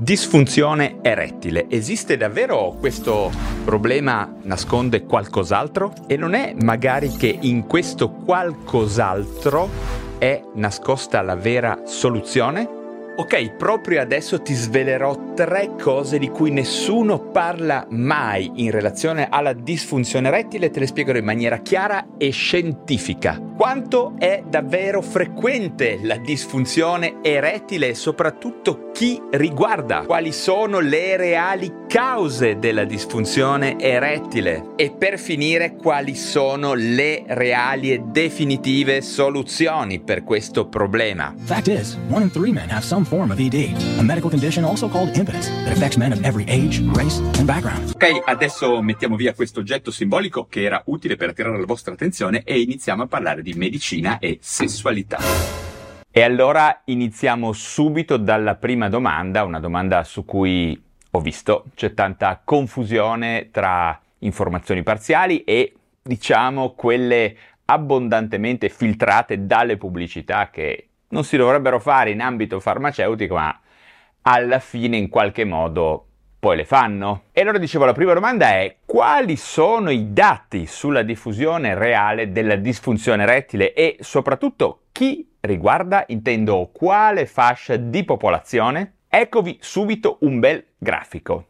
Disfunzione erettile. Esiste davvero questo problema? Nasconde qualcos'altro? E non è magari che in questo qualcos'altro è nascosta la vera soluzione? Ok, proprio adesso ti svelerò 3 cose di cui nessuno parla mai in relazione alla disfunzione erettile, te le spiegherò in maniera chiara e scientifica. Quanto è davvero frequente la disfunzione erettile e soprattutto chi riguarda? Quali sono le reali cause della disfunzione erettile? E per finire, quali sono le reali e definitive soluzioni per questo problema? Fact is, 1 in 3 men have some form of ED, a medical condition also called impotence that affects men of every age, race, and background. Ok, adesso mettiamo via questo oggetto simbolico che era utile per attirare la vostra attenzione e iniziamo a parlare di medicina e sessualità. E allora iniziamo subito dalla prima domanda, una domanda su cui ho visto c'è tanta confusione tra informazioni parziali e diciamo quelle abbondantemente filtrate dalle pubblicità che non si dovrebbero fare in ambito farmaceutico, ma alla fine in qualche modo poi le fanno. E allora dicevo, la prima domanda è: quali sono i dati sulla diffusione reale della disfunzione erettile e soprattutto chi riguarda? Intendo, quale fascia di popolazione? Eccovi subito un bel grafico.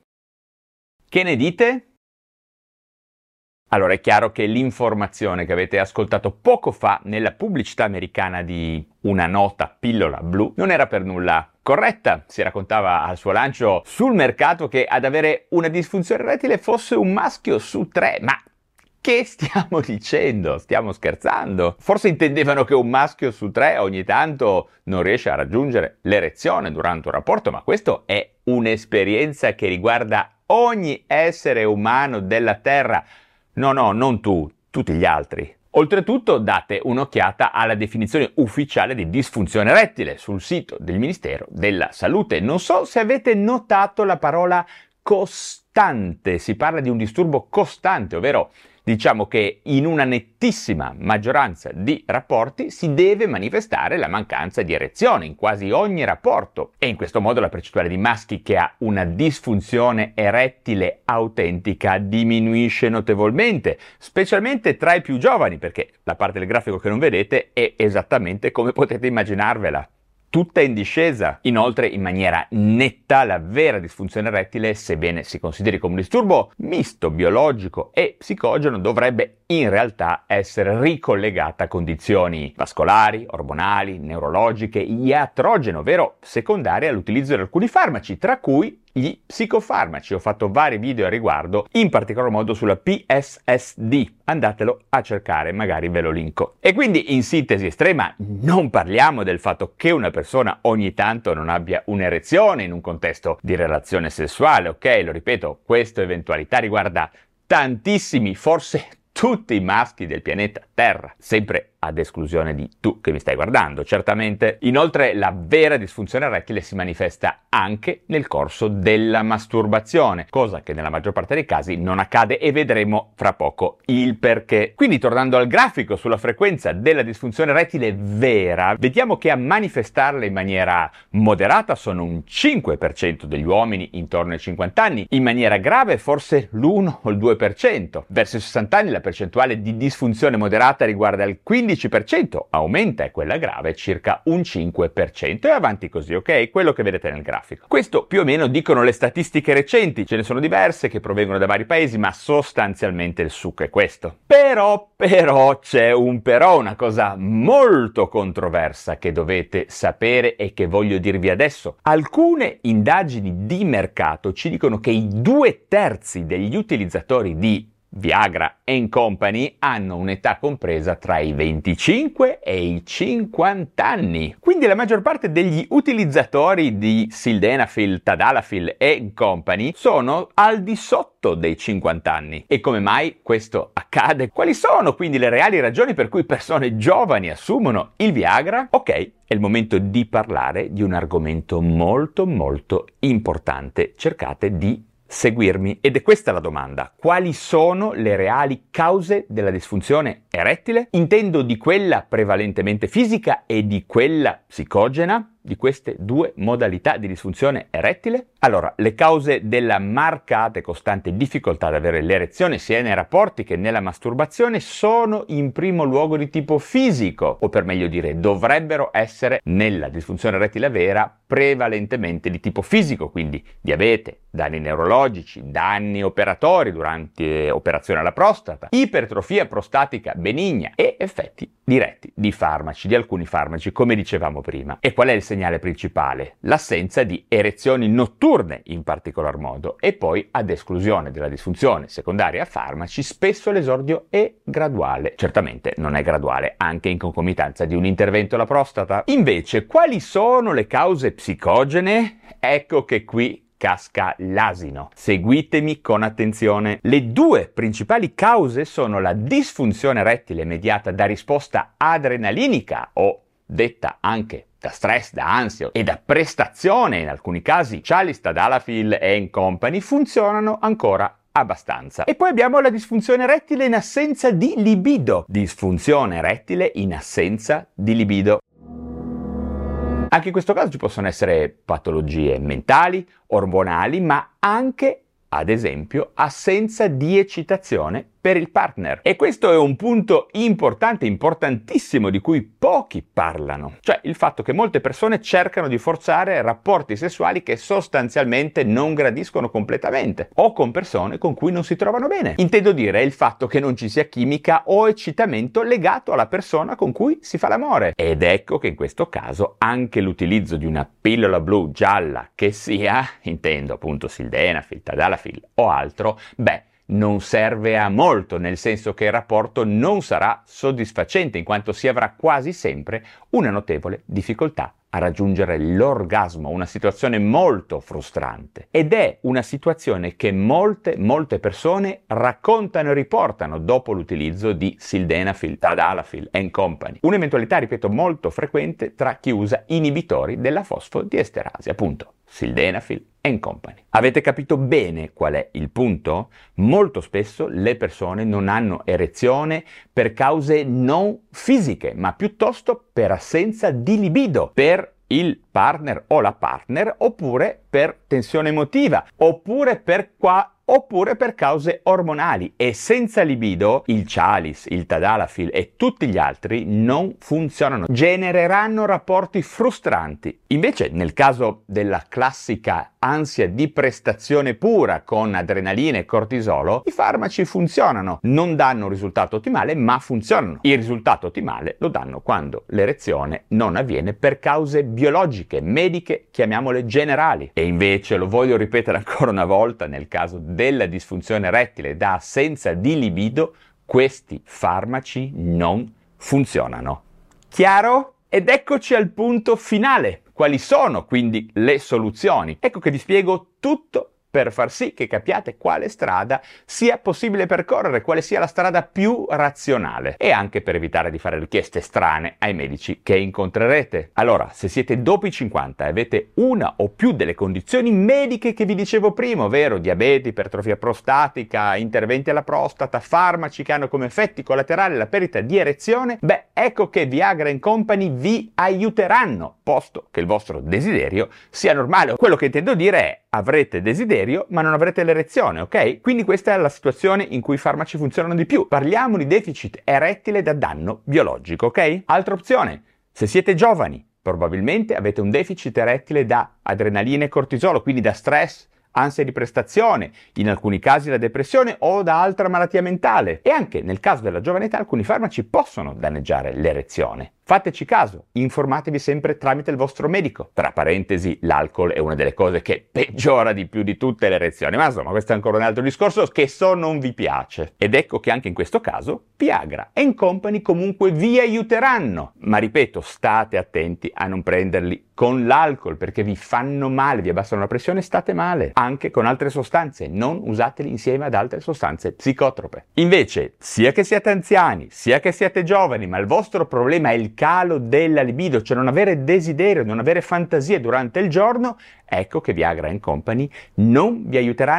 Che ne dite? Allora, è chiaro che l'informazione che avete ascoltato poco fa nella pubblicità americana di una nota pillola blu non era per nulla corretta. Si raccontava al suo lancio sul mercato che ad avere una disfunzione erettile fosse un maschio su 3. Ma che stiamo dicendo? Stiamo scherzando? Forse intendevano che un maschio su 3 ogni tanto non riesce a raggiungere l'erezione durante un rapporto, ma questo è un'esperienza che riguarda ogni essere umano della Terra. No, non tu, tutti gli altri. Oltretutto date un'occhiata alla definizione ufficiale di disfunzione erettile sul sito del Ministero della Salute. Non so se avete notato la parola costante. Si parla di un disturbo costante, ovvero diciamo che in una nettissima maggioranza di rapporti si deve manifestare la mancanza di erezione in quasi ogni rapporto e in questo modo la percentuale di maschi che ha una disfunzione erettile autentica diminuisce notevolmente, specialmente tra i più giovani, perché la parte del grafico che non vedete è esattamente come potete immaginarvela. Tutta in discesa. Inoltre, in maniera netta, la vera disfunzione erettile, sebbene si consideri come un disturbo misto, biologico e psicogeno, dovrebbe in realtà essere ricollegata a condizioni vascolari, ormonali, neurologiche, iatrogene, ovvero secondarie all'utilizzo di alcuni farmaci, tra cui gli psicofarmaci. Ho fatto vari video a riguardo, in particolar modo sulla PSSD. Andatelo a cercare, magari ve lo linko. E quindi, in sintesi estrema, non parliamo del fatto che una persona ogni tanto non abbia un'erezione in un contesto di relazione sessuale, ok? Lo ripeto, questa eventualità riguarda tantissimi, forse tutti i maschi del pianeta Terra, sempre ad esclusione di tu che mi stai guardando, certamente. Inoltre, la vera disfunzione erettile si manifesta anche nel corso della masturbazione, cosa che nella maggior parte dei casi non accade e vedremo fra poco il perché. Quindi, tornando al grafico sulla frequenza della disfunzione erettile vera, vediamo che a manifestarla in maniera moderata sono un 5% degli uomini intorno ai 50 anni, in maniera grave forse l'1 o il 2%. Verso i 60 anni la percentuale di disfunzione moderata riguarda il 15%, aumenta, e quella grave circa un 5%, e avanti così, ok? Quello che vedete nel grafico. Questo più o meno dicono le statistiche recenti, ce ne sono diverse che provengono da vari paesi, ma sostanzialmente il succo è questo. Però c'è un però, una cosa molto controversa che dovete sapere e che voglio dirvi adesso. Alcune indagini di mercato ci dicono che i 2/3 degli utilizzatori di Viagra and Company hanno un'età compresa tra i 25 e i 50 anni. Quindi la maggior parte degli utilizzatori di Sildenafil, Tadalafil e Company sono al di sotto dei 50 anni. E come mai questo accade? Quali sono quindi le reali ragioni per cui persone giovani assumono il Viagra? Ok, è il momento di parlare di un argomento molto importante. Cercate di seguirmi. Ed è questa la domanda: quali sono le reali cause della disfunzione erettile? Intendo di quella prevalentemente fisica e di quella psicogena. di queste due modalità di disfunzione erettile? Allora, le cause della marcata e costante difficoltà ad avere l'erezione sia nei rapporti che nella masturbazione sono in primo luogo di tipo fisico, o per meglio dire dovrebbero essere nella disfunzione erettile vera prevalentemente di tipo fisico, quindi diabete, danni neurologici, danni operatori durante operazione alla prostata, ipertrofia prostatica benigna e effetti diretti di farmaci, di alcuni farmaci, come dicevamo prima. E qual è il segnale principale? L'assenza di erezioni notturne in particolar modo, e poi ad esclusione della disfunzione secondaria a farmaci spesso l'esordio è graduale. Certamente non è graduale anche in concomitanza di un intervento alla prostata. Invece, quali sono le cause psicogene? Ecco che qui casca l'asino. Seguitemi con attenzione. Le due principali cause sono la disfunzione erettile mediata da risposta adrenalinica, o detta anche da stress, da ansia e da prestazione, in alcuni casi Cialis, Tadalafil e compagni funzionano ancora abbastanza. E poi abbiamo la disfunzione erettile in assenza di libido. Disfunzione erettile in assenza di libido. Anche in questo caso ci possono essere patologie mentali, ormonali, ma anche, ad esempio, assenza di eccitazione per il partner. E questo è un punto importante, importantissimo, di cui pochi parlano. Cioè il fatto che molte persone cercano di forzare rapporti sessuali che sostanzialmente non gradiscono completamente, o con persone con cui non si trovano bene. Intendo dire il fatto che non ci sia chimica o eccitamento legato alla persona con cui si fa l'amore. Ed ecco che in questo caso anche l'utilizzo di una pillola blu gialla, che sia, intendo appunto sildenafil, tadalafil o altro, non serve a molto, nel senso che il rapporto non sarà soddisfacente, in quanto si avrà quasi sempre una notevole difficoltà a raggiungere l'orgasmo, una situazione molto frustrante. Ed è una situazione che molte persone raccontano e riportano dopo l'utilizzo di sildenafil, tadalafil e compagni. Un'eventualità, ripeto, molto frequente tra chi usa inibitori della fosfodiesterasi, appunto sildenafil e compagni. Avete capito bene qual è il punto? Molto spesso le persone non hanno erezione per cause non fisiche, ma piuttosto per assenza di libido, per il partner o la partner, oppure per tensione emotiva, oppure per cause ormonali. E senza libido il Cialis, il Tadalafil e tutti gli altri non funzionano, genereranno rapporti frustranti. Invece nel caso della classica ansia di prestazione pura con adrenalina e cortisolo, i farmaci funzionano, non danno un risultato ottimale, ma funzionano. Il risultato ottimale lo danno quando l'erezione non avviene per cause biologiche, mediche, chiamiamole generali. E invece, lo voglio ripetere ancora una volta, nel caso della disfunzione erettile da assenza di libido, questi farmaci non funzionano. Chiaro? Ed eccoci al punto finale. Quali sono quindi le soluzioni? Ecco che vi spiego tutto per far sì che capiate quale strada sia possibile percorrere, quale sia la strada più razionale, e anche per evitare di fare richieste strane ai medici che incontrerete. Allora, se siete dopo i 50 e avete una o più delle condizioni mediche che vi dicevo prima, ovvero diabete, ipertrofia prostatica, interventi alla prostata, farmaci che hanno come effetti collaterali la perdita di erezione, ecco che Viagra e compagni vi aiuteranno, posto che il vostro desiderio sia normale. Quello che intendo dire è: avrete desiderio ma non avrete l'erezione, ok? Quindi questa è la situazione in cui i farmaci funzionano di più. Parliamo di deficit erettile da danno biologico, ok? Altra opzione: se siete giovani, probabilmente avete un deficit erettile da adrenalina e cortisolo, quindi da stress, ansia di prestazione, in alcuni casi la depressione o da altra malattia mentale. E anche nel caso della giovane età alcuni farmaci possono danneggiare l'erezione. Fateci caso, informatevi sempre tramite il vostro medico. Tra parentesi, l'alcol è una delle cose che peggiora di più di tutte le erezioni, ma insomma questo è ancora un altro discorso che so non vi piace. Ed ecco che anche in questo caso Viagra e compagni comunque vi aiuteranno, ma ripeto, state attenti a non prenderli con l'alcol perché vi fanno male, vi abbassano la pressione, state male. Anche con altre sostanze, non usateli insieme ad altre sostanze psicotrope. Invece, sia che siate anziani, sia che siate giovani, ma il vostro problema è il calo della libido, cioè non avere desiderio, non avere fantasie durante il giorno, ecco che Viagra e compagni non vi aiuteranno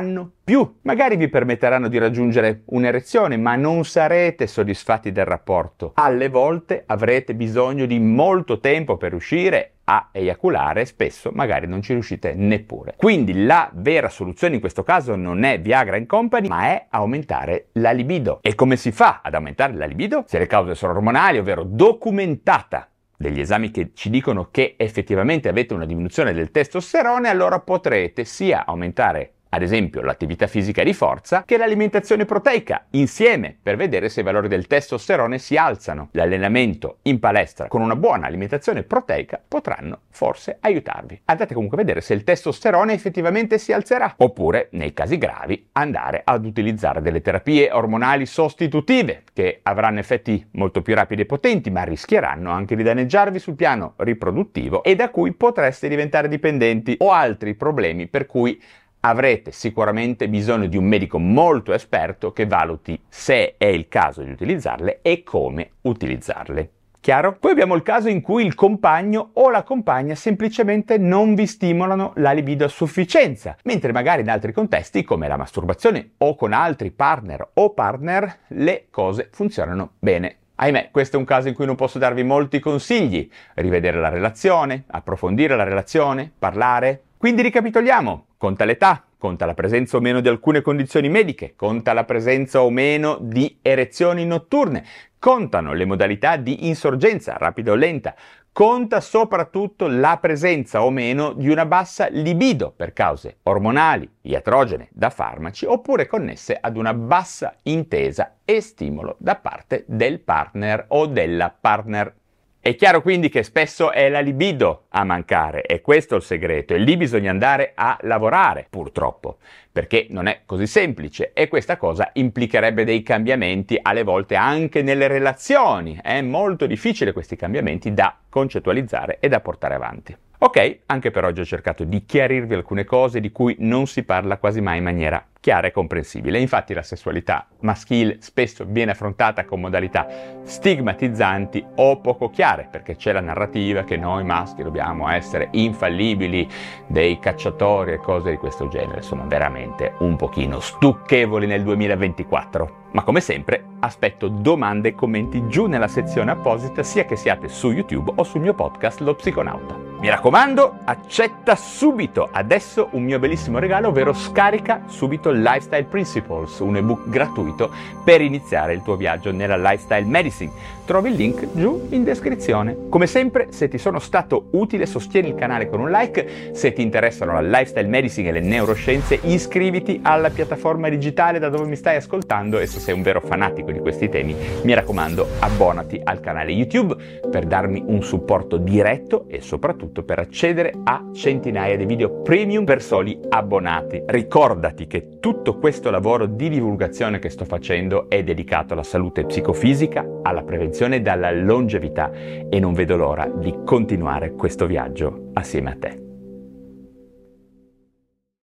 più. Magari vi permetteranno di raggiungere un'erezione, ma non sarete soddisfatti del rapporto. Alle volte avrete bisogno di molto tempo per riuscire a eiaculare, spesso magari non ci riuscite neppure. Quindi la vera soluzione in questo caso non è Viagra and Company, ma è aumentare la libido. E come si fa ad aumentare la libido? Se le cause sono ormonali, ovvero documentata degli esami che ci dicono che effettivamente avete una diminuzione del testosterone, allora potrete sia aumentare ad esempio l'attività fisica di forza, che l'alimentazione proteica, insieme, per vedere se i valori del testosterone si alzano. L'allenamento in palestra con una buona alimentazione proteica potranno forse aiutarvi. Andate comunque a vedere se il testosterone effettivamente si alzerà. Oppure, nei casi gravi, andare ad utilizzare delle terapie ormonali sostitutive, che avranno effetti molto più rapidi e potenti, ma rischieranno anche di danneggiarvi sul piano riproduttivo e da cui potreste diventare dipendenti, o altri problemi per cui avrete sicuramente bisogno di un medico molto esperto che valuti se è il caso di utilizzarle e come utilizzarle. Chiaro? Poi abbiamo il caso in cui il compagno o la compagna semplicemente non vi stimolano la libido a sufficienza, mentre magari in altri contesti, come la masturbazione o con altri partner o partner, le cose funzionano bene. Ahimè, questo è un caso in cui non posso darvi molti consigli. Rivedere la relazione, approfondire la relazione, parlare. Quindi ricapitoliamo. Conta l'età, conta la presenza o meno di alcune condizioni mediche, conta la presenza o meno di erezioni notturne, contano le modalità di insorgenza, rapida o lenta, conta soprattutto la presenza o meno di una bassa libido per cause ormonali, iatrogene, da farmaci, oppure connesse ad una bassa intesa e stimolo da parte del partner o della partner. È chiaro quindi che spesso è la libido a mancare, è questo il segreto, e lì bisogna andare a lavorare, purtroppo, perché non è così semplice e questa cosa implicherebbe dei cambiamenti alle volte anche nelle relazioni. È molto difficile questi cambiamenti da concettualizzare e da portare avanti. Ok, anche per oggi ho cercato di chiarirvi alcune cose di cui non si parla quasi mai in maniera chiara e comprensibile. Infatti la sessualità maschile spesso viene affrontata con modalità stigmatizzanti o poco chiare, perché c'è la narrativa che noi maschi dobbiamo essere infallibili, dei cacciatori e cose di questo genere. Insomma, veramente un pochino stucchevoli nel 2024. Ma come sempre aspetto domande e commenti giù nella sezione apposita, sia che siate su YouTube o sul mio podcast Lo Psiconauta. Mi raccomando, accetta subito adesso un mio bellissimo regalo, ovvero scarica subito Lifestyle Principles, un ebook gratuito per iniziare il tuo viaggio nella Lifestyle Medicine. Trovi il link giù in descrizione. Come sempre, se ti sono stato utile, sostieni il canale con un like. Se ti interessano la Lifestyle Medicine e le neuroscienze, iscriviti alla piattaforma digitale da dove mi stai ascoltando, e se sei un vero fanatico di questi temi, mi raccomando, abbonati al canale YouTube per darmi un supporto diretto e soprattutto per accedere a centinaia di video premium per soli abbonati. Ricordati che tutto questo lavoro di divulgazione che sto facendo è dedicato alla salute psicofisica, alla prevenzione e alla longevità, e non vedo l'ora di continuare questo viaggio assieme a te.